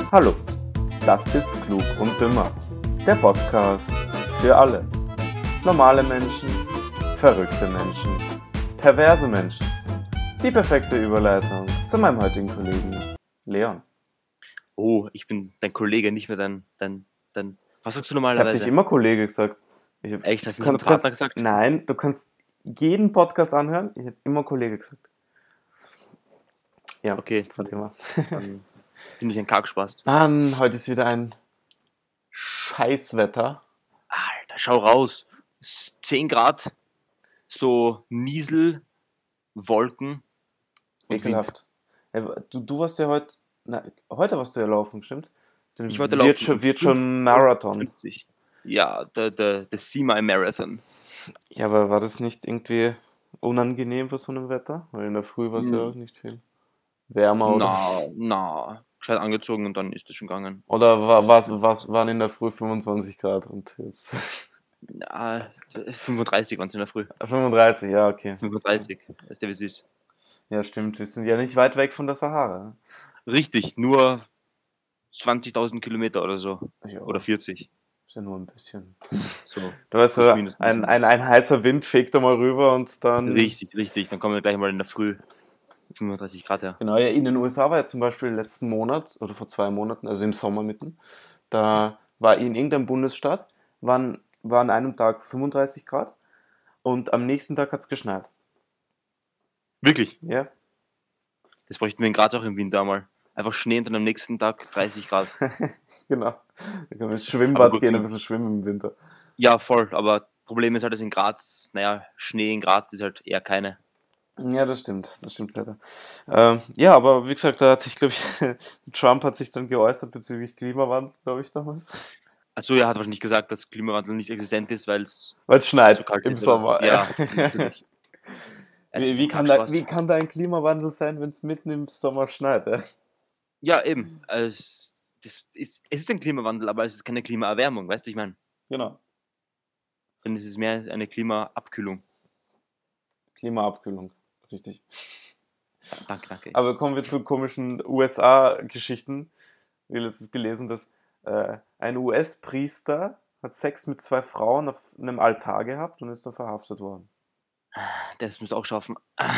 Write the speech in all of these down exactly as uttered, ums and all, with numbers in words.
Hallo, das ist Klug und Dümmer, der Podcast für alle. Normale Menschen, verrückte Menschen, perverse Menschen. Die perfekte Überleitung zu meinem heutigen Kollegen Leon. Oh, ich bin dein Kollege, nicht mehr dein, dein, dein, was sagst du Ich habe normalerweise? dich immer Kollege gesagt. Ich hab, Echt, hast du du nicht kannst, immer Partner kannst, gesagt? Nein, du kannst jeden Podcast anhören. Ich habe immer Kollege gesagt. Ja, Okay, zum Thema. dann bin ich ein Kackspaß. Mann, heute ist wieder ein Scheißwetter. Alter, schau raus. S- zehn Grad, so Niesel, Wolken und Wind. Ekelhaft. Ja, du, du warst ja heute, na, heute warst du ja laufen, stimmt? Dann Ich wollte wird laufen schon, um wird schon Marathon. fünfundfünfzig. Ja, der, der, der Semi-Marathon. Ja, aber war das nicht irgendwie unangenehm bei so einem Wetter? Weil in der Früh war es ja Hm. auch nicht viel wärmer, oder? Na, na, gescheit angezogen und dann ist das schon gegangen. Oder war, war's, war's, waren in der Früh fünfundzwanzig Grad und jetzt Ja, fünfunddreißig waren es in der Früh. fünfunddreißig, ja, okay. fünfunddreißig, weißt du, wie es ist. Ja, stimmt, wir sind ja nicht weit weg von der Sahara. Richtig, nur zwanzigtausend Kilometer oder so. Ja, Oder vierzig. ist ja nur ein bisschen. So. Du weißt, Plus, so, minus, ein, minus. ein, ein heißer Wind fegt da mal rüber und dann... Richtig, richtig. Dann kommen wir gleich mal in der Früh. fünfunddreißig Grad, ja. Genau, ja, in den U S A war ja zum Beispiel letzten Monat oder vor zwei Monaten, also im Sommer mitten, da war in irgendeinem Bundesstaat, waren, war an einem Tag fünfunddreißig Grad und am nächsten Tag hat es geschneit. Wirklich. Ja, Das bräuchten wir in Graz auch im Winter einmal. Einfach Schnee und dann am nächsten Tag dreißig Grad. genau. Da können wir ins Aber Schwimmbad gut, gehen, ein in- bisschen schwimmen im Winter. Ja, voll. Aber Problem ist halt, dass in Graz, naja, Schnee in Graz ist halt eher keine. Ja, das stimmt, das stimmt leider. Ähm, ja, aber wie gesagt, da hat sich, glaube ich, Trump hat sich dann geäußert bezüglich Klimawandel, glaube ich, damals. Achso, er hat wahrscheinlich gesagt, dass Klimawandel nicht existent ist, weil es Weil es schneit zu kalt im ist. oder- Sommer. Ja, natürlich. Es Wie, ist wie, ein kann da, Kackspaß. wie kann da ein Klimawandel sein, wenn es mitten im Sommer schneit? Ja? Ja, eben. Es, das ist, es ist ein Klimawandel, aber es ist keine Klimaerwärmung, weißt du, ich meine. Genau. Dann ist es mehr eine Klimaabkühlung. Klimaabkühlung, richtig. Ja, danke, danke. Aber kommen wir zu komischen U S A-Geschichten. Ich habe letztens gelesen, dass äh, ein U S-Priester hat Sex mit zwei Frauen auf einem Altar gehabt und ist dann verhaftet worden. Das musst du auch schaffen.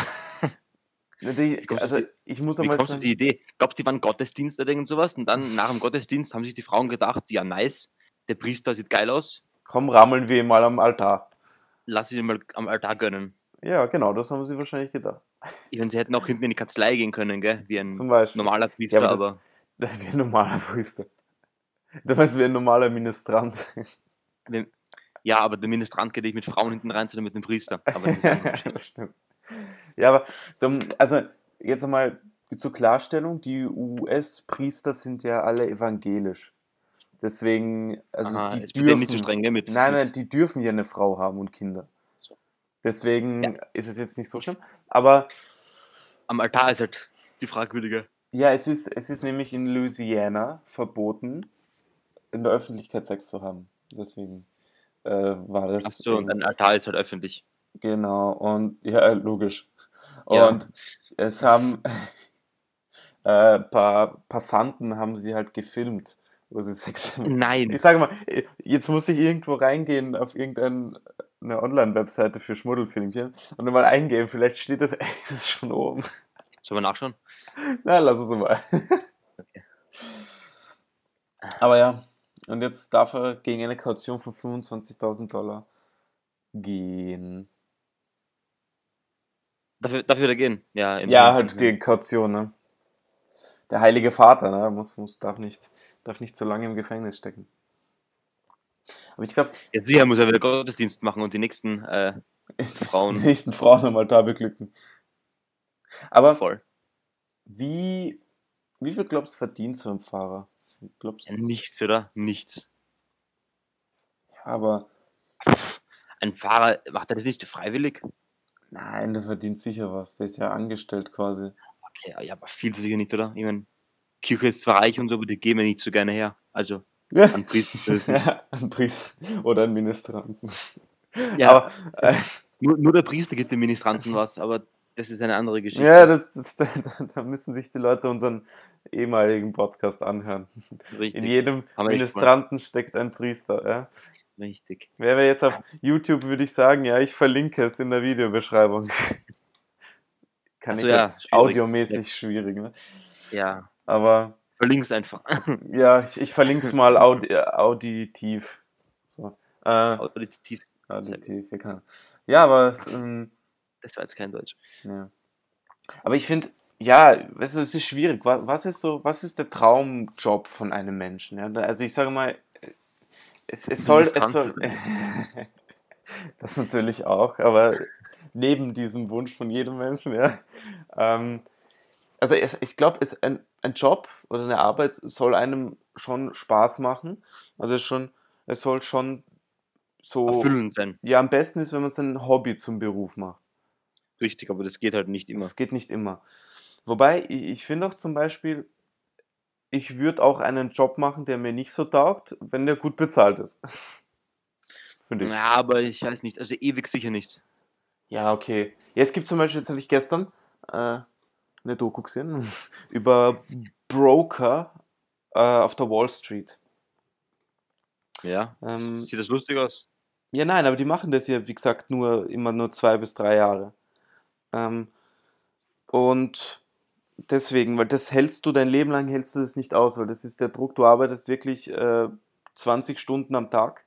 Ne, Die, Wie kommst du also auf die- ich muss Wie einmal kommst du auf sagen, die Idee? Glaubt, die waren Gottesdienst oder irgend sowas? Und dann nach dem Gottesdienst haben sich die Frauen gedacht, ja nice, der Priester sieht geil aus, komm, rammeln wir ihn mal am Altar. lass ihn mal am Altar gönnen. Ja, genau, das haben sie wahrscheinlich gedacht. Ich meine, sie hätten auch hinten in die Kanzlei gehen können, gell? Wie ein Zum Beispiel. normaler Ja, Priester, aber das- aber Wie ein normaler Priester. Du meinst wie ein normaler Ministrant. wenn- ja, aber der Ministrant geht nicht mit Frauen hinten rein, sondern mit dem Priester. Aber das ist eine andere Geschichte. Das stimmt. Ja, aber dann, also jetzt einmal zur Klarstellung, die U S-Priester sind ja alle evangelisch. Deswegen, also Aha, die ist bei denen dürfen, nicht so streng, gell? Mit, nein, nein, mit, die dürfen ja eine Frau haben und Kinder. So. Deswegen ist es jetzt nicht so schlimm. Aber am Altar ist halt die fragwürdige. ja, es ist, es ist nämlich in Louisiana verboten, in der Öffentlichkeit Sex zu haben. Deswegen äh, war das. Achso, und irgendwie- ein Altar ist halt öffentlich. Genau, und ja, logisch. Ja. Und es haben äh, ein paar Passanten haben sie halt gefilmt, wo sie Sex haben. Nein. Ich sage mal, jetzt muss ich irgendwo reingehen auf irgendeine Online-Webseite für Schmuddelfilmchen und dann mal eingeben, vielleicht steht das ist schon oben. Sollen wir nachschauen? Na, lass es mal. Okay. Aber ja, und jetzt darf er gegen eine Kaution von fünfundzwanzigtausend Dollar gehen. Dafür, dafür da gehen. Ja, im- Ja, im- halt im- gegen Kaution, ne? Der Heilige Vater, ne? Muss, muss, darf, nicht, darf nicht so lange im Gefängnis stecken. Aber ich glaube, Jetzt sicher muss er wieder Gottesdienst machen und die nächsten äh, Frauen. die nächsten Frauen am Altar beglücken. Aber voll. wie, wie viel glaubst du verdient so ein Fahrer? Glaubst Ja, du? nichts, oder? Nichts. Ja, aber Ein Fahrer, macht er das nicht freiwillig? nein, der verdient sicher was. Der ist ja angestellt quasi. Okay, ja, aber viel zu sicher nicht, oder? Ich meine, Kirche ist zwar reich und so, aber die geben ja nicht so gerne her. Also, Ja, an Priester. ja, ein Priester oder ein Ministranten. Ja, Aber äh, nur, nur der Priester gibt dem Ministranten was, aber das ist eine andere Geschichte. Ja, das, das, da, da müssen sich die Leute unseren ehemaligen Podcast anhören. Richtig. In jedem Haben wir echt mal. Ministranten steckt ein Priester. Ja? Richtig. Wäre jetzt auf YouTube, würde ich sagen, ja, ich verlinke es in der Videobeschreibung. Kann Also ich ja, jetzt schwierig. audiomäßig schwierig, ne? Ja, Aber verlink's einfach. ja, ich, ich verlinke es mal audi äh, auditiv. So. Äh, Auditiv. auditiv, ja, kann. Ja, aber es, ähm, Das war jetzt kein Deutsch. ja. Aber ich finde, ja, weißt du, es ist schwierig. Was, was ist so, was ist der Traumjob von einem Menschen? Ja? Also ich sage mal, es, es soll, es soll, das natürlich auch, aber neben diesem Wunsch von jedem Menschen, ja. Ähm, also es, ich glaube, es ein, ein Job oder eine Arbeit soll einem schon Spaß machen. Also es schon, es soll schon so, Erfüllend sein. ja, am besten ist, wenn man sein Hobby zum Beruf macht. Richtig, aber das geht halt nicht immer. Das geht nicht immer. Wobei, ich, ich finde auch zum Beispiel, ich würde auch einen Job machen, der mir nicht so taugt, wenn der gut bezahlt ist. Finde ich. Ja, aber ich weiß nicht, also ewig sicher nicht. Ja, okay. Ja, es gibt zum Beispiel, jetzt habe ich gestern äh, eine Doku gesehen über Broker äh, auf der Wall Street. Ja, Ähm, sieht das lustig aus? ja, nein, aber die machen das ja, wie gesagt, nur immer nur zwei bis drei Jahre. Ähm, und deswegen, weil das hältst du, dein Leben lang hältst du das nicht aus, weil das ist der Druck, du arbeitest wirklich äh, zwanzig Stunden am Tag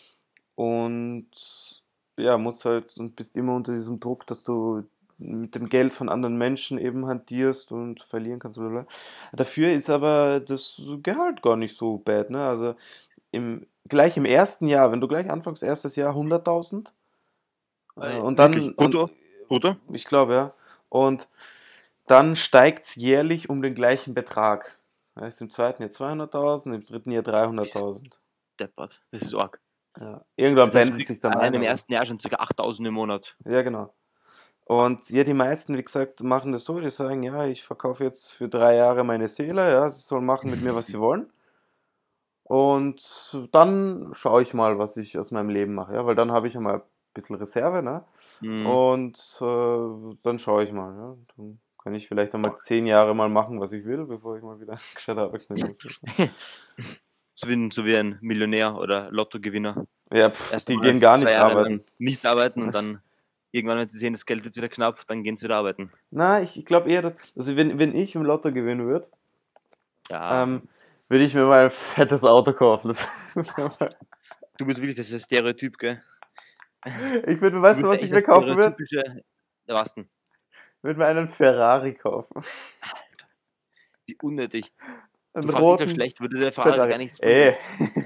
und ja, musst halt und bist immer unter diesem Druck, dass du mit dem Geld von anderen Menschen eben hantierst und verlieren kannst. Blablabla. Dafür ist aber das Gehalt gar nicht so bad, ne? Also im, gleich im ersten Jahr, wenn du gleich anfängst, erstes Jahr hunderttausend äh, und dann, Wirklich? Brutto? und, Brutto? ich glaube, ja, und dann steigt es jährlich um den gleichen Betrag. Heißt im zweiten Jahr zweihunderttausend, im dritten Jahr dreihunderttausend. Deppert. Das ist arg. Ja. Irgendwann Das pendelt sich dann allein ein. im aber- ersten Jahr schon ca. achttausend im Monat. Ja, genau. Und ja, die meisten, wie gesagt, machen das so, die sagen, ja, ich verkaufe jetzt für drei Jahre meine Seele, ja, sie sollen machen mit mir, was sie wollen. Und dann schaue ich mal, was ich aus meinem Leben mache, ja, weil dann habe ich einmal ein bisschen Reserve, ne? Mhm. Und äh, dann schaue ich mal, ja. Dann kann ich vielleicht einmal zehn Jahre mal machen, was ich will, bevor ich mal wieder gescheit arbeiten muss. So wie, ein, so wie ein Millionär oder Lottogewinner. Ja, pf, Erst die mal gehen gar zwei nicht Jahre lang arbeiten. nichts arbeiten und dann irgendwann, wenn sie sehen, das Geld wird wieder knapp, dann gehen sie wieder arbeiten. Na, ich, ich glaube eher, dass, also wenn, wenn ich im Lotto gewinnen würde, Ja, ähm, würde ich mir mal ein fettes Auto kaufen. Das, du bist wirklich, das ist ein Stereotyp, gell? ich würde, weißt du, was ich mir kaufen würde? würde? Was denn? Ich würde mir einen Ferrari kaufen. Wie unnötig. Einen Du fandst ihn so roten schlecht, würde der Ferrari Ferrari. gar nichts Ey.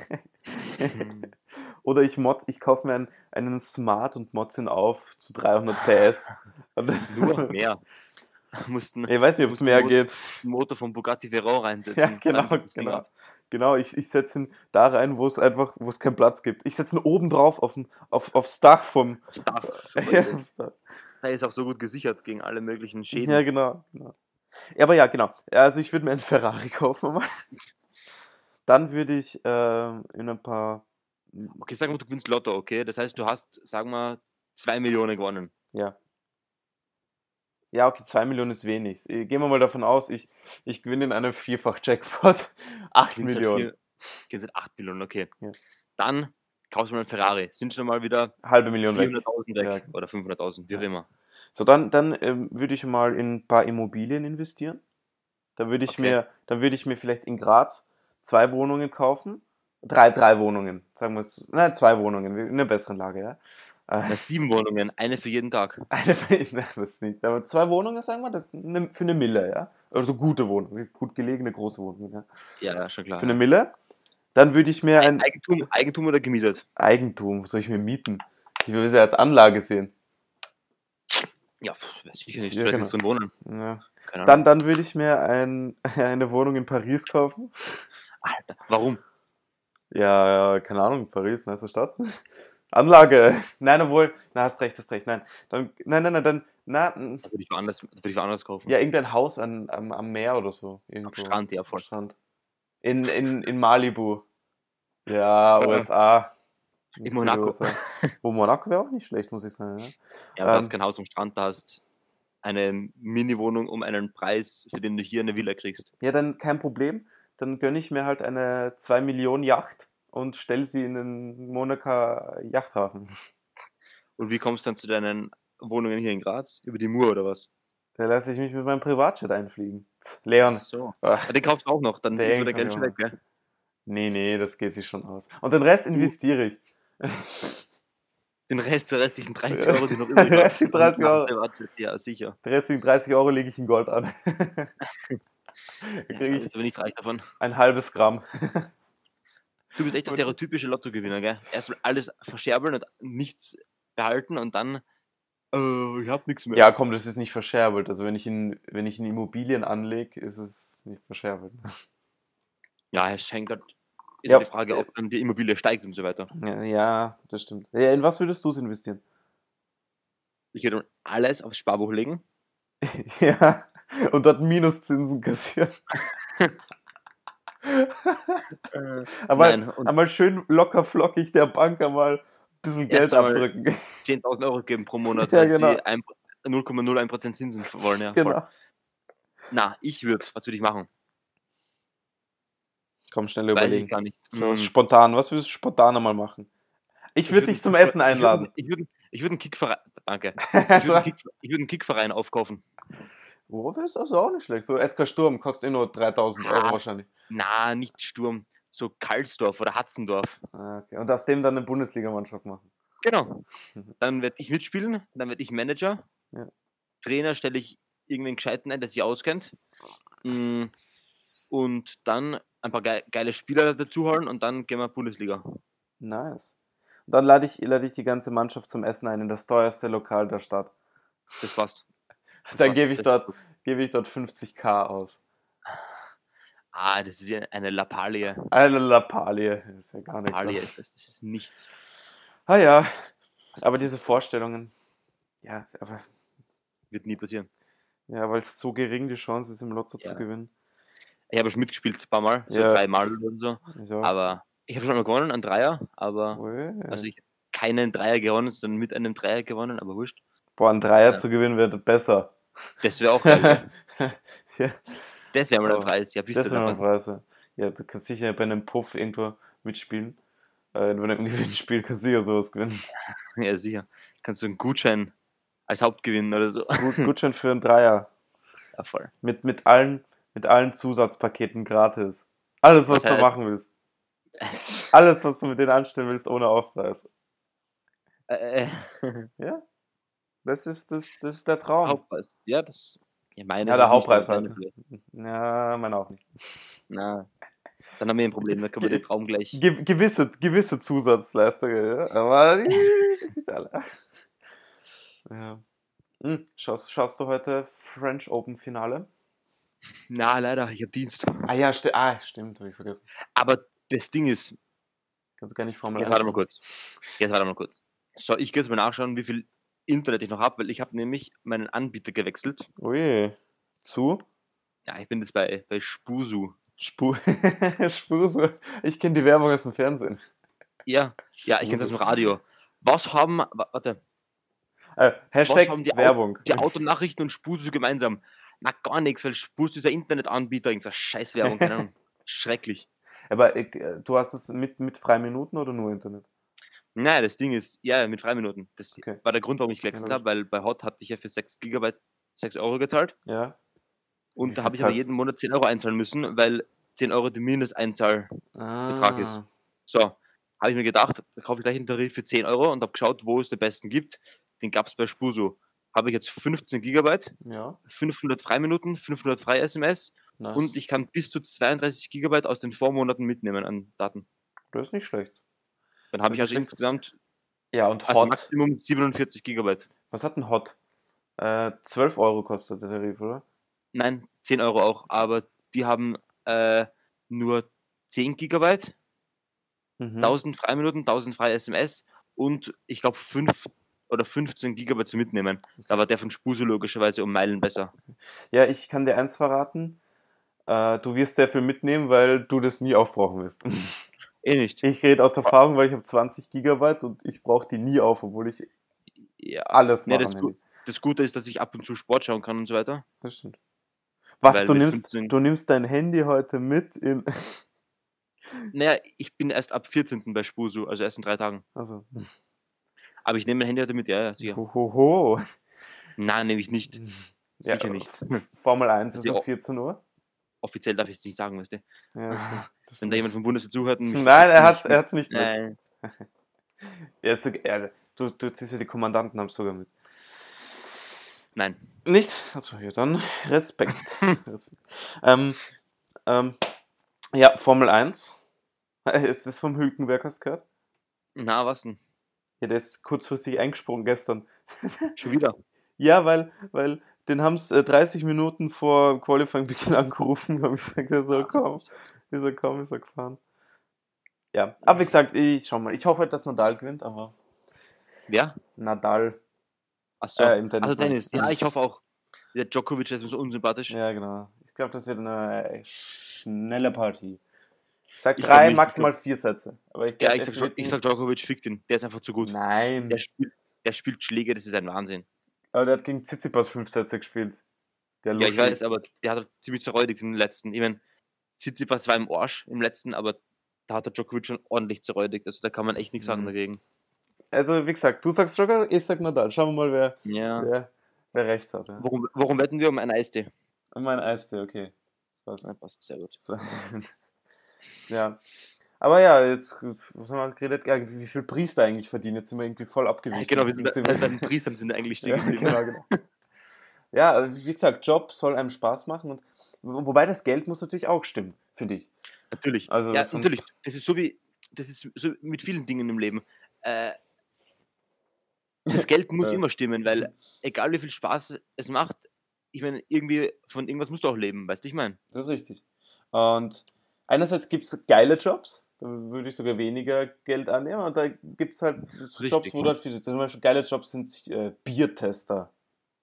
Oder ich mod, ich kaufe mir einen, einen Smart und mod's ihn auf zu dreihundert P S. Nur mehr. Mussten Ich weiß nicht, ob es mussten mehr Mot- geht. den Motor vom Bugatti Veyron reinsetzen. Ja, dann genau, geht das Ding genau. ab. Genau, ich, ich setze ihn da rein, wo es einfach, wo es keinen Platz gibt. Ich setze ihn oben drauf auf, auf, aufs Dach vom. Das darf- Ja, aufs Dach. Er ist auch so gut gesichert gegen alle möglichen Schäden. Ja, genau, genau. Ja, aber ja, genau. Also ich würde mir einen Ferrari kaufen mal. Dann würde ich ähm, in ein paar. Okay, sag mal, du gewinnst Lotto, okay? Das heißt, du hast, sagen wir, zwei Millionen gewonnen. Ja. Ja, okay, zwei Millionen ist wenig. Äh, Gehen wir mal davon aus, ich, ich gewinne in einem Vierfach-Jackpot acht Gewinnst halt Millionen. vier- Gewinnst halt acht Millionen, okay. Ja. Dann kaufst du mal einen Ferrari. Sind schon mal wieder Halbe Million weg. vierhunderttausend weg. Ja. Oder fünfhunderttausend, wie auch Ja. immer. So, dann, dann ähm, würde ich mal in ein paar Immobilien investieren. Da würde ich Okay. mir, dann würde ich mir vielleicht in Graz zwei Wohnungen kaufen. Drei, drei Wohnungen, sagen wir es. Nein, zwei Wohnungen, in einer besseren Lage, ja. Äh, Na, sieben Wohnungen, eine für jeden Tag. Eine, nein, das nicht. Aber zwei Wohnungen, sagen wir, das ist eine, für eine Mille, ja. Also gute Wohnungen, gut gelegene große Wohnungen, ja. Ja, ja, schon klar. Für eine Mille. Dann würde ich mir ein Eigentum, Eigentum oder gemietet? Eigentum, soll ich mir mieten? Ich will es ja als Anlage sehen. Ja, pf, weiß ich nicht. Ja, Vielleicht genau. nicht drin wohnen. Ja. Keine Ahnung. Dann, dann würde ich mir ein, eine Wohnung in Paris kaufen. Alter, warum? Ja, ja, keine Ahnung, Paris, nice Stadt. Anlage. Nein, obwohl, na, hast recht, hast recht. Nein, dann, nein, nein, nein, dann, na, mm, Da würde ich woanders, da würde ich woanders kaufen. ja, irgendein Haus an, am, am Meer oder so. Irgendwo. Am Strand, ja, Am voll. Strand. In, in, in Malibu. Ja, Ja. U S A. In Nichts Monaco. mit U S A. Wo Monaco wäre auch nicht schlecht, muss ich sagen. Ja, Ja, aber du Ähm, hast kein Haus am Strand, da hast eine Mini-Wohnung um einen Preis, für den du hier eine Villa kriegst. Ja, dann kein Problem. Dann gönne ich mir halt eine zwei Millionen Yacht und stelle sie in den Monaco Yachthafen. Und wie kommst du dann zu deinen Wohnungen hier in Graz? Über die Mur oder was? Da lasse ich mich mit meinem Privatjet einfliegen. Leon. Ach so. Ah, Ja, den kaufst du auch noch, dann Den ist wieder kann Geld ich schon auch weg, gell? nee, nee, das geht sich schon aus. Und den Rest investiere ich. Den Rest, die restlichen dreißig Euro, die noch übrig Den restlichen waren. dreißig Euro. Privatjet, ja, sicher. Die restlichen dreißig Euro lege ich in Gold an. Da Ja, kriege da ich bist aber nicht reich davon. ein halbes Gramm. Du bist echt der Und- stereotypische Lottogewinner, gell? Erstmal alles verscherbeln und nichts behalten und dann, äh, ich hab nichts mehr. Ja, komm, das ist nicht verscherbelt. Also wenn ich in, wenn ich in Immobilien anlege, ist es nicht verscherbelt. Ja, Herr Schenkert, ist Ja. ja die Frage, ob dann die Immobilie steigt und so weiter. Ja, ja, das stimmt. Ja, in was würdest du es investieren? Ich würde alles aufs Sparbuch legen. Ja, und dort Minuszinsen kassieren. Aber Nein, und einmal schön locker flockig der Bank einmal ein bisschen Geld Erst einmal abdrücken. zehntausend Euro geben pro Monat, Ja, weil genau. sie ein- null Komma null eins Prozent Zinsen wollen. Ja, voll. Genau. Na, ich würde, was würde ich machen? Komm, schnell Weiß ich überlegen. gar nicht. So Hm. spontan, was würdest du spontan einmal machen? Ich Ich würde würd dich einen zum Kickver- Essen einladen. Ich würde ich würd einen Kickverein, danke. Ich würde Also, einen, Kick, ich würd einen Kickverein aufkaufen. worauf ist das auch nicht schlecht? So S K Sturm kostet eh nur dreitausend Euro Ah. wahrscheinlich. Na, nicht Sturm, so Karlsdorf oder Hatzendorf. Ah, okay. Und aus dem dann eine Bundesligamannschaft machen. Genau. Dann werde ich mitspielen, dann werde ich Manager. Ja. Trainer stelle ich irgendwen Gescheiten ein, der sich auskennt. Mm, Und dann ein paar ge geile Spieler dazu holen und dann gehen wir Bundesliga. Nice. Und dann lade ich, lade ich die ganze Mannschaft zum Essen ein in das teuerste Lokal der Stadt. Das passt. Das Dann passt. gebe ich Das dort, ist gut. gebe ich dort fünfzigtausend aus. Ah, das ist ja eine Lappalie. Eine Lappalie. Das ist ja gar nichts. Lappalie ist das, das ist nichts. Ah ja, aber diese Vorstellungen, ja, aber Wird nie passieren. ja, weil es so gering die Chance ist, im Lotto Ja. zu gewinnen. Ich habe schon mitgespielt, ein paar Mal, so Ja. dreimal oder so. Ja. Aber ich habe schon mal gewonnen, einen Dreier, aber Ui. also ich habe keinen Dreier gewonnen, sondern mit einem Dreier gewonnen, aber wurscht. Boah, ein Dreier Ja. zu gewinnen wäre besser. Das wäre auch geil. gell? Ja, Das wäre mal ein Aber Preis. Ja, bist das du wäre mal ein davon? Preis. Ja. Ja, du kannst sicher bei einem Puff irgendwo mitspielen. Äh, wenn du ein Gewinnspiel kannst du sicher sowas gewinnen. Ja, sicher. Kannst du einen Gutschein als Hauptgewinn oder so. Gut, Gutschein für einen Dreier. Ja, voll. Mit, mit, allen, mit allen Zusatzpaketen gratis. Alles, was Was du heißt- machen willst. Alles, was du mit denen anstellen willst, ohne Aufpreis. Äh, Ja? Das ist, das, das ist der Traum. Hauptpreis. Ja, das. Ja, meine Ja, ist der es nicht, Hauptpreis aber halt. deine vielleicht. Ja, meine auch nicht. Na, dann haben wir ein Problem, dann können wir den Traum gleich. Ge gewisse, gewisse Zusatzleistungen, ja? Aber die, nicht alle. Ja. Hm, schaust, schaust du heute French Open Finale? Na, leider, ich habe Dienst. Ah ja, sti ah, stimmt, habe ich vergessen. Aber das Ding ist, Kannst gar nicht Formel jetzt warte mal eins. kurz. Jetzt warte mal kurz. So, ich gehe jetzt mal nachschauen, wie viel Internet ich noch habe, weil ich habe nämlich meinen Anbieter gewechselt. Ui. Zu? Ja, ich bin jetzt bei, bei Spusu. Spu Spuso. Ich kenne die Werbung aus dem Fernsehen. Ja, ja, ich kenne das im Radio. Was haben, wa- warte, Äh, Hashtag haben die Au- Werbung. die Autonachrichten und Spusu gemeinsam? Na, gar nichts, weil Spusu ist ein Internetanbieter, irgendeine Scheißwerbung, keine Ahnung. Schrecklich. Aber äh, du hast es mit, mit Freiminuten oder nur Internet? Naja, das Ding ist, ja, mit Freiminuten. Das Okay. war der Grund, warum ich gewechselt Ja, habe, weil bei Hot hatte ich ja für sechs Gigabyte sechs Euro gezahlt. Ja. Wie Und viel da habe ich aber zahlst- jeden Monat zehn Euro einzahlen müssen, weil zehn Euro die Mindesteinzahl. Betrag ist. Ah. So, habe ich mir gedacht, da kaufe ich gleich einen Tarif für zehn Euro und habe geschaut, wo es den besten gibt. Den gab es bei Spuso. Habe ich jetzt fünfzehn Gigabyte, Ja. fünfhundert Freiminuten, fünfhundert Frei-S M S Nice. und ich kann bis zu zweiunddreißig Gigabyte aus den Vormonaten mitnehmen an Daten. Das ist nicht schlecht. Dann habe Das ich ist also schlecht. insgesamt Ja, und also Hot. Maximum siebenundvierzig Gigabyte. Was hat ein Hot? Äh, zwölf Euro kostet der Tarif, oder? Nein, zehn Euro auch, aber die haben äh, nur zehn Gigabyte, Mhm. tausend Freiminuten, tausend freie S M S und ich glaube fünf oder fünfzehn Gigabyte zu mitnehmen. Da war der von Spuso logischerweise um Meilen besser. Ja, ich kann dir eins verraten. Äh, du wirst sehr viel mitnehmen, weil du das nie aufbrauchen wirst. Eh nicht. Ich rede aus Erfahrung, weil ich habe zwanzig Gigabyte und ich brauche die nie auf, obwohl ich Ja. alles Nee, mache das, am Gu- Handy. das Gute ist, dass ich ab und zu Sport schauen kann und so weiter. Das stimmt. Was, Weil du mit nimmst, fünfzehn du nimmst dein Handy heute mit in... Naja, ich bin erst ab vierzehnten bei Spusu, also erst in drei Tagen. Also, Aber ich nehme mein Handy heute mit, ja, ja, sicher. hohoho. Nein, nehme ich nicht. Ja, Sicher nicht. F- Formel eins ist Also, um o- vierzehn Uhr. offiziell darf ich es nicht sagen, weißt du. Ja, das, das Wenn da jemand vom Bundeswehr zuhört und mich Nein, er mich- hat er hat's nicht mit. Nein. Er ist, sogar- er, du, du ziehst ja die Kommandanten haben sogar mit. Nein. Nicht? Also ja, dann Respekt. Respekt. Ähm, ähm, ja, Formel eins. Ist das vom Hülkenberg, hast du gehört? Na, was denn? Ja, der ist kurzfristig eingesprungen gestern. Schon wieder. Ja, weil, weil den haben es äh, dreißig Minuten vor Qualifying-Beginn angerufen und haben gesagt, er soll kommen. Ist er kommen, ist er gefahren. Ja, aber wie gesagt, ich schau mal. Ich hoffe, dass Nadal gewinnt, aber Wer? Nadal Achso. äh, im Tennis. Also meine Tennis. ich. Ja, ich hoffe auch. Der Djokovic der ist mir so unsympathisch. Ja, genau. Ich glaube, das wird eine schnelle Partie. Ich sag Ich drei, glaub nicht, maximal vier Sätze. Aber ich glaub, Ja, ich es sag, wird ich nicht- sag Djokovic fickt ihn. Der ist einfach zu gut. Nein. Der spielt, der spielt Schläge, das ist ein Wahnsinn. Aber der hat gegen Tsitsipas fünf Sätze gespielt. Der Ja, ich Luschi. weiß, aber der hat halt ziemlich zerräudigt im letzten. Ich meine, Tsitsipas war im Arsch im letzten, aber da hat der Djokovic schon ordentlich zerräudigt. Also da kann man echt nichts sagen Mhm. dagegen. Also, wie gesagt, du sagst Joker, ich sag Nadal. Schauen wir mal, wer, Ja. wer, wer rechts hat. Ja. Warum, warum wetten wir um einen Eistee? Mein Eistee, okay. Passt. Ja, passt sehr gut. So. Ja. Aber ja, jetzt, was haben wir geredet? Ja, wie viel Priester eigentlich verdienen? Jetzt sind wir irgendwie voll abgewichen. Genau, wir sind Jetzt bei, bei den Priestern sind wir eigentlich stehen Ja, geblieben. genau, genau. Ja, wie gesagt, Job soll einem Spaß machen. Und, wo- wobei das Geld muss natürlich auch stimmen, finde ich. Natürlich. Also ja, sonst- natürlich. Das ist so wie, das ist so mit vielen Dingen im Leben. Äh, das Geld muss Ja. immer stimmen, weil egal wie viel Spaß es macht, ich meine, irgendwie von irgendwas musst du auch leben, weißt du, ich meine. Das ist richtig. Und einerseits gibt es geile Jobs, da würde ich sogar weniger Geld annehmen. Und da gibt es halt so Richtig. Jobs, wo du halt viel, zum Beispiel geile Jobs sind äh, Biertester.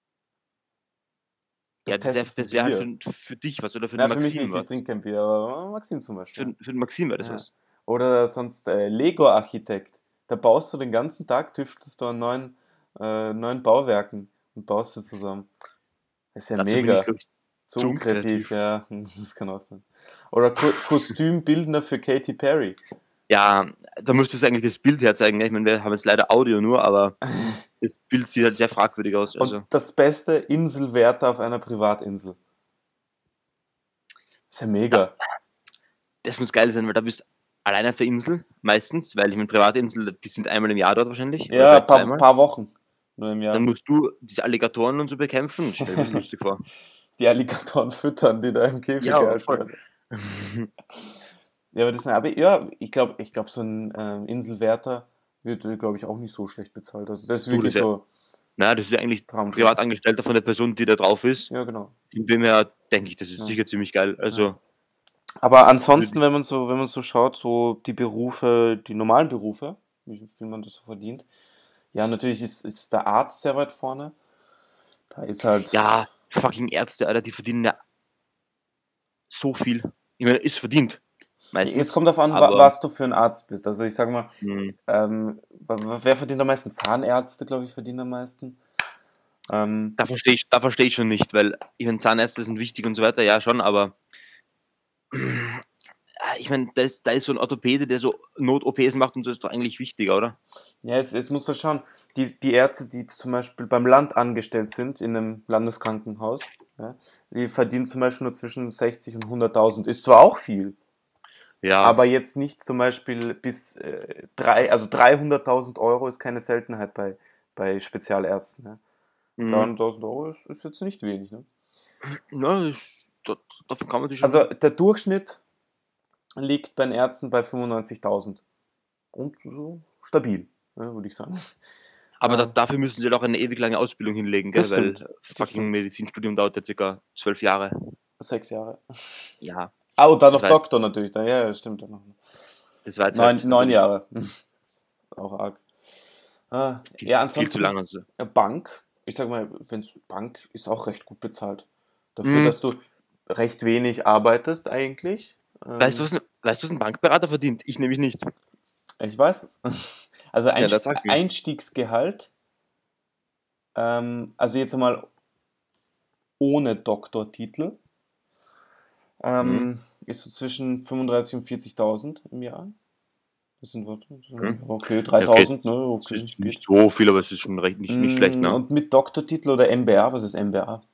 Da Ja, das, wär- testest du das wäre Bier. halt für, für dich was oder für Na, den für mich Maxim nicht, ich was. trinke kein Bier, aber Maxim zum Beispiel. Für, für den Maxim wäre das Ja. was. Oder sonst äh, Lego-Architekt. Da baust du den ganzen Tag, tüftelst du an neuen, äh, neuen Bauwerken und baust sie zusammen. Das ist ja Dazu bin mega. ich, glaub ich, Zu zu unkreativ, ja. Das kann auch sein. Oder Ko Kostümbildner für Katy Perry. Ja, da müsstest du eigentlich das Bild herzeigen. Ich meine, wir haben jetzt leider Audio nur, aber das Bild sieht halt sehr fragwürdig aus. Also, Und das beste, Inselwärter auf einer Privatinsel. Ist ja mega. das muss geil sein, weil da bist du allein auf der Insel, meistens, weil ich meine, private Insel, die sind einmal im Jahr dort wahrscheinlich. Ja, oder ein vielleicht paar, zweimal. paar Wochen. Nur im Jahr. Dann musst du diese Alligatoren und so bekämpfen. Stell mir das lustig vor. Die Alligatoren füttern, die da im Käfig Ja, gehalten voll. werden. Ja, aber das sind, aber ja, ich glaube, ich glaub, so ein ähm, Inselwärter wird, glaube ich, auch nicht so schlecht bezahlt. Also das ist Du, wirklich das ist ja- so Na, das ist ja eigentlich Traumjob. Privatangestellter von der Person, die da drauf ist. Ja, genau. Von dem her denke ich, das ist Ja. sicher ziemlich geil. Also, Aber ansonsten, wenn man so, wenn man so schaut, so die Berufe, die normalen Berufe, wie viel man das so verdient, ja, natürlich ist, ist der Arzt sehr weit vorne. Da ist halt. ja, fucking Ärzte, Alter, die verdienen ja so viel. Ich meine, ist verdient. Meistens. Es kommt darauf an, wa- aber- was du für ein Arzt bist. Also ich sage mal, Hm. ähm, wa- wa- wer verdient am meisten? Zahnärzte, glaube ich, verdienen am meisten. Ähm, Da verstehe ich, da verstehe ich schon nicht, weil ich meine, Zahnärzte sind wichtig und so weiter, ja schon, aber ich meine, da ist, da ist so ein Orthopäde, der so Not-O Ps macht und so, ist doch eigentlich wichtiger, oder? ja, es, es muss halt schauen, die, die Ärzte, die zum Beispiel beim Land angestellt sind, in einem Landeskrankenhaus, ja, die verdienen zum Beispiel nur zwischen sechzig und hunderttausend. Ist zwar auch viel, Ja, aber jetzt nicht zum Beispiel bis äh, drei, also dreihunderttausend Euro ist keine Seltenheit bei, bei Spezialärzten. Ja. mhm. dreihunderttausend Euro ist, ist jetzt nicht wenig. Ne? ja das, das, davon kann man sich schon. Also der Durchschnitt liegt bei den Ärzten bei fünfundneunzigtausend. Und so stabil, ja, würde ich sagen. aber ja. da, dafür müssen sie halt auch eine ewig lange Ausbildung hinlegen, gell? Das Weil stimmt, das fucking stimmt. Medizinstudium dauert ja circa zwölf Jahre. Sechs Jahre. Ja, Ah, und dann noch Das war- Doktor natürlich. Dann, ja, ja, stimmt. Dann noch. das war jetzt Neun, halt neun Jahre. Auch arg. Ah, Viel, ja, viel zu ansonsten lang. Also. äh, Bank. Ich sag mal, wenn's, Bank ist auch recht gut bezahlt. Dafür, Mhm. dass du recht wenig arbeitest eigentlich. Ähm, Weißt du, was ein, weißt du, was ein Bankberater verdient? Ich nämlich nicht. Ich weiß es. Also Ja, Einst das sag ich. Einstiegsgehalt ähm, also jetzt einmal ohne Doktortitel, Mhm. ähm, ist so zwischen fünfunddreißig und vierzigtausend im Jahr. Das sind, warte, Mhm. okay, Ja, okay, dreitausend, ne, das okay, ist geht. nicht so viel, aber es ist schon recht nicht, nicht schlecht, Mm, ne? Und mit Doktortitel oder M B A, was ist M B A?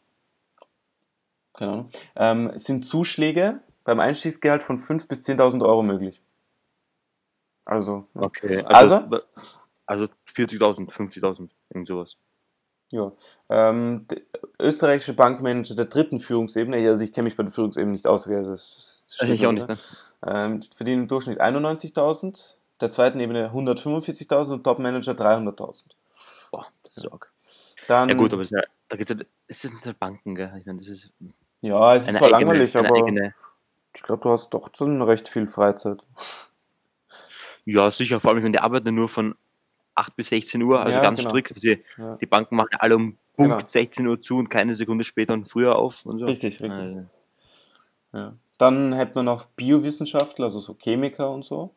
Keine Ahnung. Ähm, sind Zuschläge beim Einstiegsgehalt von fünftausend bis zehntausend Euro möglich. Also, ja. Okay, also, Also, wa- also vierzigtausend, fünfzigtausend, irgend sowas. ja, ähm, der österreichische Bankmanager der dritten Führungsebene, also ich kenne mich bei der Führungsebene nicht aus, gell, das, das Äh, steht Ich nur auch nicht, drin, ne? ähm, verdienen im Durchschnitt einundneunzigtausend, der zweiten Ebene hundertfünfundvierzigtausend und Topmanager dreihunderttausend. Boah, das ist Ja. arg. Ja gut, aber Dann, es ist ja, da geht's ja, es sind halt Banken, gell? Ich meine, das ist ja, es ist eine zwar eigene, langweilig, eine aber eigene, ich glaube, du hast doch schon recht viel Freizeit. ja sicher, vor allem, ich meine, die arbeiten ja nur von acht bis sechzehn Uhr, also Ja, ganz genau. strikt. Also Ja, die Banken machen ja alle um genau. Punkt sechzehn Uhr zu und keine Sekunde später und früher auf und so. Richtig, richtig. Also, Ja. Dann hätten wir noch Biowissenschaftler, also so Chemiker und so.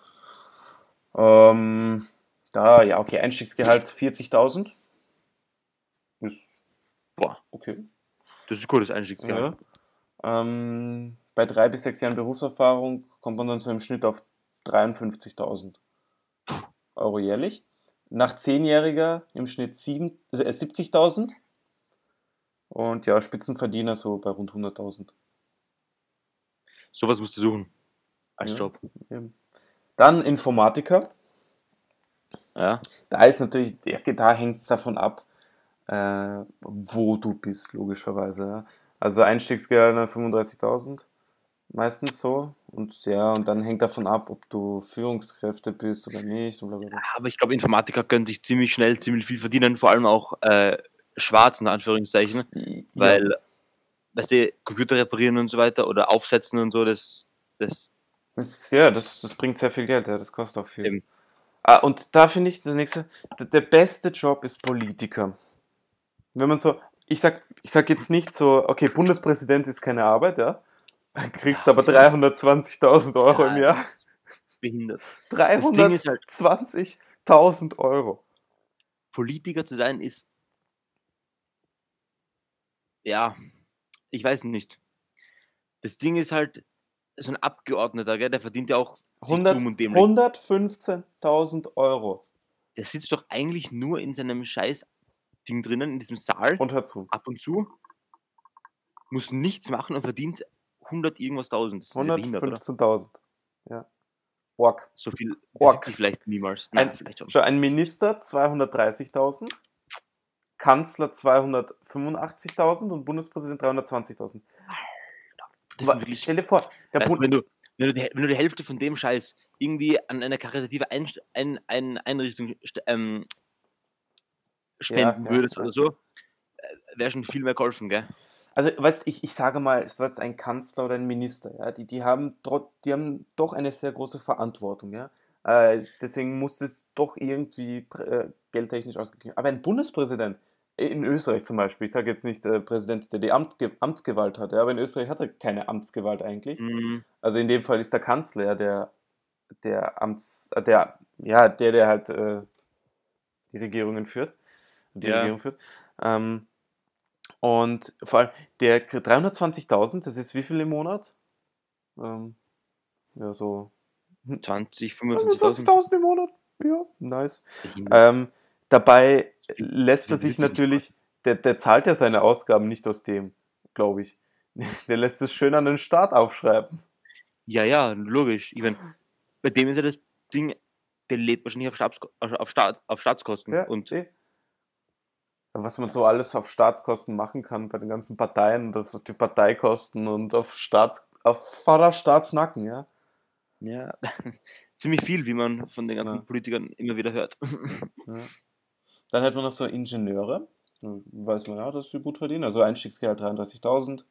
Ähm, da, ja, okay, Einstiegsgehalt vierzigtausend. Ist boah, okay. das ist ein cooles Einstiegsgehalt. Ja. Ähm, bei drei bis sechs Jahren Berufserfahrung kommt man dann so im Schnitt auf dreiundfünfzigtausend Euro jährlich. Nach zehnjähriger im Schnitt sieben, äh, siebzigtausend. Und ja, Spitzenverdiener so bei rund hunderttausend. Sowas musst du suchen als Ja, Job. eben. Dann Informatiker. Ja, Da ist natürlich, ja, da hängt es davon ab, äh, wo du bist, logischerweise. Ja. Also Einstiegsgehalt fünfunddreißigtausend, meistens so. Und ja, und dann hängt davon ab, ob du Führungskräfte bist oder nicht. Und blablabla. aber ich glaube, Informatiker können sich ziemlich schnell ziemlich viel verdienen, vor allem auch äh, schwarz in Anführungszeichen, I- Ja, weil, weißt du, Computer reparieren und so weiter oder aufsetzen und so, das, das das, ja, das, das bringt sehr viel Geld, ja, das kostet auch viel. eben. Ah, und da finde ich, der nächste, der, der beste Job ist Politiker. Wenn man so, ich sag, ich sag jetzt nicht so, okay, Bundespräsident ist keine Arbeit, ja, dann kriegst du Ja, aber dreihundertzwanzigtausend Euro im ja, Jahr. das ist behindert. Das Ding ist halt, dreihundertzwanzigtausend Euro. Politiker zu sein ist, ja, ich weiß nicht. Das Ding ist halt, so ein Abgeordneter, gell, der verdient ja auch sich hundert, dumm und dämlich. hundertfünfzehntausend Euro. Der sitzt doch eigentlich nur in seinem scheiß Ding drinnen, in diesem Saal, Und hör zu, ab und zu, muss nichts machen und verdient hundert irgendwas tausend. Das ist ja behindert, oder? hundertfünfzehntausend. Ja. Org. So viel Org. besitzt sich vielleicht niemals. Nein, Ein, vielleicht schon. schau, ein Minister zweihundertdreißigtausend, Kanzler zweihundertfünfundachtzigtausend und Bundespräsident dreihundertzwanzigtausend. Das sind Aber wirklich, stell dir vor, der weißt du, Bund. wenn du, wenn du, die, wenn du die Hälfte von dem Scheiß irgendwie an eine karitative Einst ein, ein Einrichtung st- ähm, spenden Ja, ja, würdest ja. oder so, wäre schon viel mehr geholfen, gell? Also, weißt ich, ich sage mal, es war jetzt ein Kanzler oder ein Minister, ja, die, die haben trot, die haben doch eine sehr große Verantwortung, ja. Äh, deswegen muss es doch irgendwie äh, geldtechnisch ausgeglichen. Aber ein Bundespräsident, in Österreich zum Beispiel, ich sage jetzt nicht äh, Präsident, der die Amtge Amtsgewalt hat, ja, aber in Österreich hat er keine Amtsgewalt eigentlich. Mhm. Also in dem Fall ist der Kanzler ja der, der Amts, äh, der, ja, der, der halt äh, die Regierungen führt, die Ja, Regierung führt. Ähm, und vor allem, der kriegt dreihundertzwanzigtausend, das ist wie viel im Monat? Ähm, ja, so zwanzig, fünfundzwanzigtausend. dreihundertzwanzigtausend im Monat. Ja, nice. Behindert. Ähm, dabei Wie- lässt er wie sich besitzt er sich natürlich, der, der zahlt ja seine Ausgaben nicht aus dem, glaube ich. Der lässt es schön an den Staat aufschreiben. Ja, ja, logisch. Ich meine, bei dem ist ja das Ding, der lebt wahrscheinlich auf, Stabs auf, Staat auf Staatskosten. Ja, Und eh. Was man so alles auf Staatskosten machen kann bei den ganzen Parteien und auf die Parteikosten und auf Staats, auf Vater Staatsnacken, ja. ja, ziemlich viel, wie man von den ganzen Ja. Politikern immer wieder hört. Ja. Dann hätten wir noch so Ingenieure. Da weiß man ja, dass sie gut verdienen. Also Einstiegsgehalt dreiunddreißigtausend.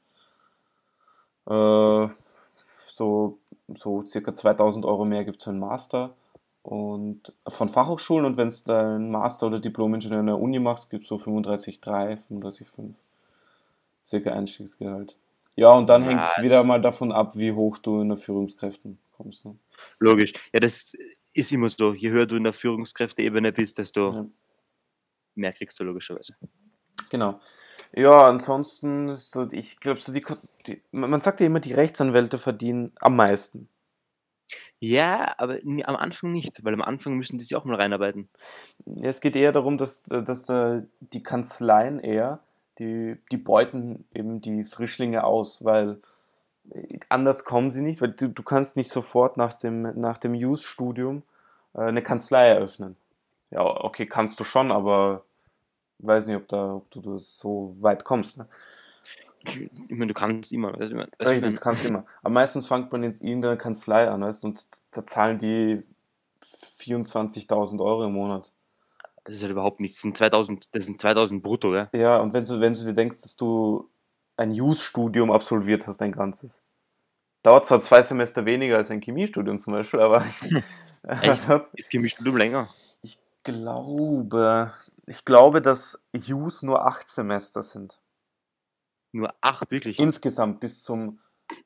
Äh, so, so circa zweitausend Euro mehr gibt es für einen Master. Und von Fachhochschulen, und wenn es dein Master oder Diplom-Ingenieur in der Uni machst, gibt es so fünfunddreißig Komma drei, fünfunddreißig Komma fünf. Circa Einstiegsgehalt. Ja, und dann hängt es Was? wieder mal davon ab, wie hoch du in der Führungskräften kommst. Ne? Logisch. Ja, das ist immer so. Je höher du in der Führungskräfteebene bist, desto Ja. mehr kriegst du logischerweise. Genau. Ja, ansonsten, so, ich glaube, so die, Ko- die, man man sagt ja immer, die Rechtsanwälte verdienen am meisten. Ja, aber nie, am Anfang nicht, weil am Anfang müssen die sich auch mal reinarbeiten. Ja, es geht eher darum, dass, dass äh, die Kanzleien eher, die, die beuten eben die Frischlinge aus, weil äh, anders kommen sie nicht, weil du, du kannst nicht sofort nach dem, nach dem Jus-Studium äh, eine Kanzlei eröffnen. Ja, okay, kannst du schon, aber weiß nicht, ob, da, ob du das so weit kommst. Ne? Ich, ich meine, du kannst immer, weißt du, ich mein- weißt du, ich Richtig, du mein, kannst immer. Aber meistens fängt man jetzt irgendeine Kanzlei an, weißt, und da zahlen die vierundzwanzigtausend Euro im Monat. das ist halt überhaupt nichts. Das sind zweitausend, das sind zweitausend brutto, gell? Ja, und wenn du, wenn du dir denkst, dass du ein Jus-Studium absolviert hast, ein ganzes. Dauert zwar zwei Semester weniger als ein Chemiestudium zum Beispiel, aber Echt? das, Ist Chemiestudium länger? ich glaube, ich glaube, dass Jus nur acht Semester sind. Nur acht, wirklich? Insgesamt bis zum,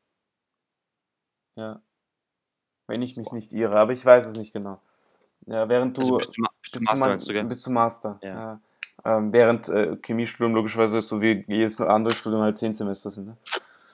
ja, wenn ich mich nicht irre, aber ich weiß es nicht genau. Ja, während Also du bis zum, Ma- bis zum bis zum, Master Ma- meinst du, gell? bis zum Master, Ja. ja. Ähm, während äh, Chemiestudium logischerweise so wie jedes andere Studium halt zehn Semester sind. Ne?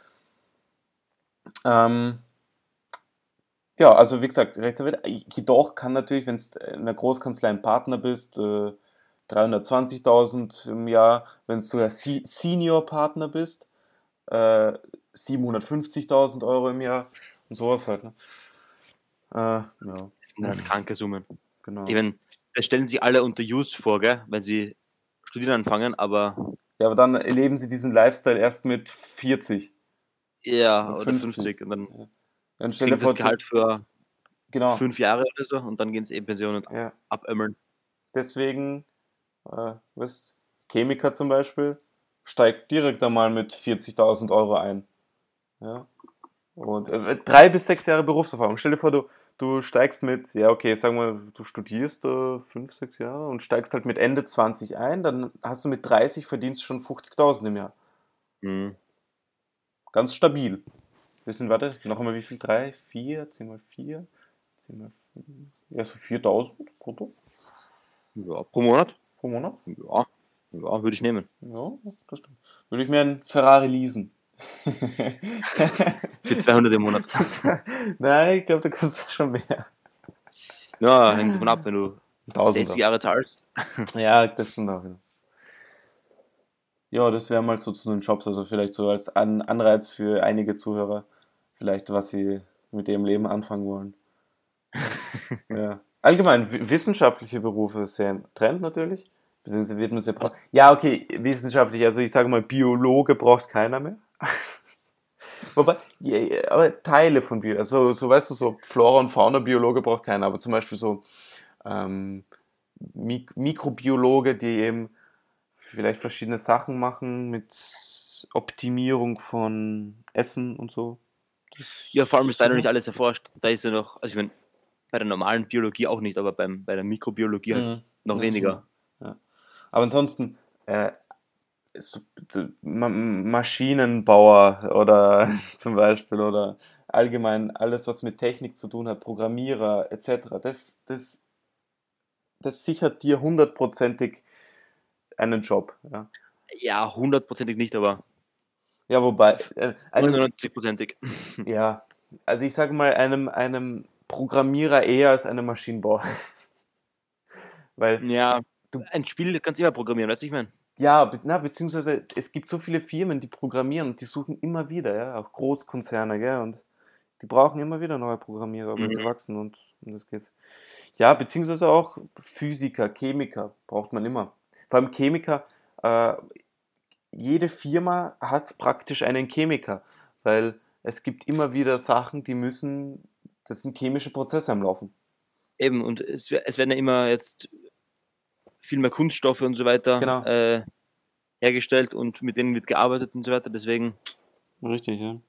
Ähm, ja, also wie gesagt, Rechtsanwalt, jedoch kann natürlich, wenn du in einer Großkanzlei ein Partner bist, äh, dreihundertzwanzigtausend im Jahr, wenn du sogar Se- Senior-Partner bist, äh, siebenhundertfünfzigtausend Euro im Jahr und sowas halt. Ne? Äh, ja, Das sind halt kranke Summen. genau. Ich meine, das stellen sich alle unter Use vor, gell? Wenn sie studieren anfangen, aber Ja, aber dann erleben sie diesen Lifestyle erst mit vierzig ja, oder oder fünfzig. fünfzig und dann Ja. Dann stell dir kriegen sie vor, das du, Gehalt für genau, fünf Jahre oder so und dann gehen sie in Pension und ja. abömmeln. Deswegen, äh, weißt, Chemiker zum Beispiel, steigt direkt einmal mit vierzigtausend Euro ein. Ja. Und äh, drei bis sechs Jahre Berufserfahrung. Stell dir vor, du, du steigst mit, ja, okay, sagen wir, du studierst äh, fünf, sechs Jahre und steigst halt mit Ende zwanzig ein, dann hast du mit dreißig verdienst schon fünfzigtausend im Jahr. Mhm. Ganz stabil. Wir sind, warte, noch einmal wie viel? drei, vier, zehn mal vier, zehn mal fünf, ja, so viertausend brutto Ja, pro Monat? pro Monat. Ja, ja, würde ich nehmen. Ja, das stimmt. Würde ich mir einen Ferrari leasen. Für zweihundert im Monat. Nein, ich glaube, da kostet das schon mehr. Ja, hängt davon ab, wenn du Tausender. sechzig Jahre zahlst. Ja, das stimmt auch. Ja, ja, das wäre mal so zu den Jobs, also vielleicht so als An Anreiz für einige Zuhörer, vielleicht was sie mit ihrem Leben anfangen wollen. Ja. Allgemein, w- wissenschaftliche Berufe ist sehr im Trend natürlich. Beziehungsweise wird man sehr bra- Ja, okay, wissenschaftlich, also ich sage mal, Biologe braucht keiner mehr. Wobei, ja, ja, aber Teile von Bio, also so weißt du, so Flora- und Fauna-Biologe braucht keiner, aber zum Beispiel so ähm, Mik Mikrobiologe, die eben vielleicht verschiedene Sachen machen mit Optimierung von Essen und so. Das Ja, vor allem ist da noch nicht super. alles erforscht. Da ist ja noch, also ich meine, bei der normalen Biologie auch nicht, aber beim, bei der Mikrobiologie halt Mhm. noch Das ist weniger. so. Ja. Aber ansonsten, äh, so, d- Ma Maschinenbauer oder zum Beispiel oder allgemein alles, was mit Technik zu tun hat, Programmierer et cetera, das, das, das sichert dir hundertprozentig einen Job. Ja, Ja, hundertprozentig nicht, aber ja wobei, äh, einem, neunundneunzig-prozentig. ja, also ich sage mal, einem, einem Programmierer eher als einem Maschinenbauer. Weil Ja, du, ein Spiel kannst du immer programmieren, weißt du, ich meine? ja, be na, beziehungsweise es gibt so viele Firmen, die programmieren und die suchen immer wieder, ja, auch Großkonzerne, gell, und die brauchen immer wieder neue Programmierer, weil sie Mhm. wachsen und um das geht's. Ja, beziehungsweise auch Physiker, Chemiker braucht man immer. Vor allem Chemiker, äh, jede Firma hat praktisch einen Chemiker, weil es gibt immer wieder Sachen, die müssen, das sind chemische Prozesse am Laufen. Eben, und es, wer- es werden ja immer jetzt viel mehr Kunststoffe und so weiter Genau, äh, hergestellt und mit denen wird gearbeitet und so weiter, deswegen richtig, ja.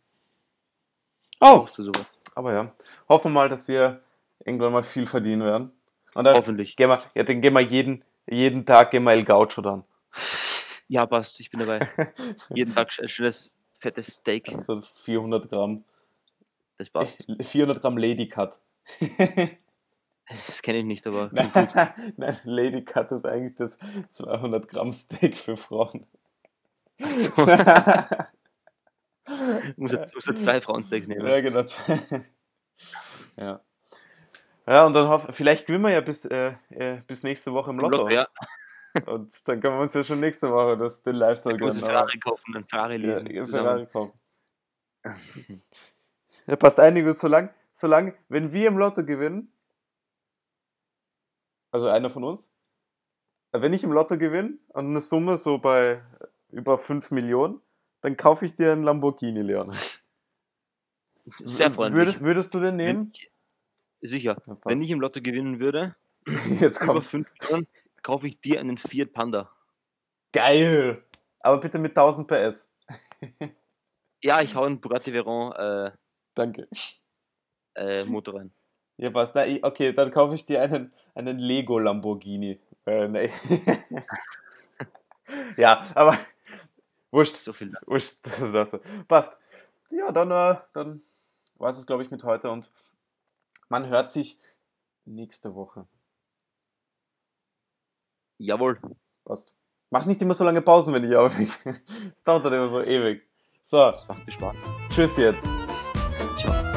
Oh, brauchst du sowas. aber ja, hoffen wir mal, dass wir irgendwann mal viel verdienen werden. Und dann Hoffentlich. gehen wir, ja, dann gehen wir jeden, jeden Tag gehen wir El Gaucho dann. Ja, passt, ich bin dabei. Jeden Tag ein schönes, fettes Steak, Also vierhundert Gramm, das passt. vierhundert Gramm Lady Cut. Das kenne ich nicht, aber Nein, klingt gut. nein, Lady Cut ist eigentlich das zweihundert Gramm Steak für Frauen. Achso, muss er, muss er zwei Frauensteaks nehmen. Ja, genau. Ja. Ja, und dann hoff, vielleicht gewinnen wir ja bis, äh, äh, bis nächste Woche im Im Lotto. Lotto, ja. Und dann können wir uns ja schon nächste Woche das, den Lifestyle Ich muss einen gönnen. Ferrari kaufen, einen Ferrari Ja, lesen. ja, zusammen. Ferrari kaufen. Ja, passt einiges, solange, solang, wenn wir im Lotto gewinnen, also einer von uns, äh, wenn ich im Lotto gewinne und eine Summe so bei über fünf Millionen, dann kaufe ich dir einen Lamborghini, Leon. Sehr freundlich. Würdest, würdest du den Wenn nehmen? ich, sicher. Ja, passt. Wenn ich im Lotto gewinnen würde, Jetzt über kommt's. fünf Millionen, kaufe ich dir einen Fiat Panda. Geil! Aber bitte mit tausend P S. Ja, ich hau einen Bugatti Veyron äh, Danke. äh, Motor rein. Ja, passt. Na, ich- okay, dann kaufe ich dir einen, einen Lego Lamborghini. Äh, nee. Ja, aber wurscht. So viel. wurscht. Das, das, passt. Ja, dann, äh, dann war es, glaube ich, mit heute und man hört sich nächste Woche. Jawohl. Passt. Mach nicht immer so lange Pausen, wenn ich auflege. Es dauert dann immer so ewig. So, Das macht mir Spaß. tschüss jetzt. Ciao.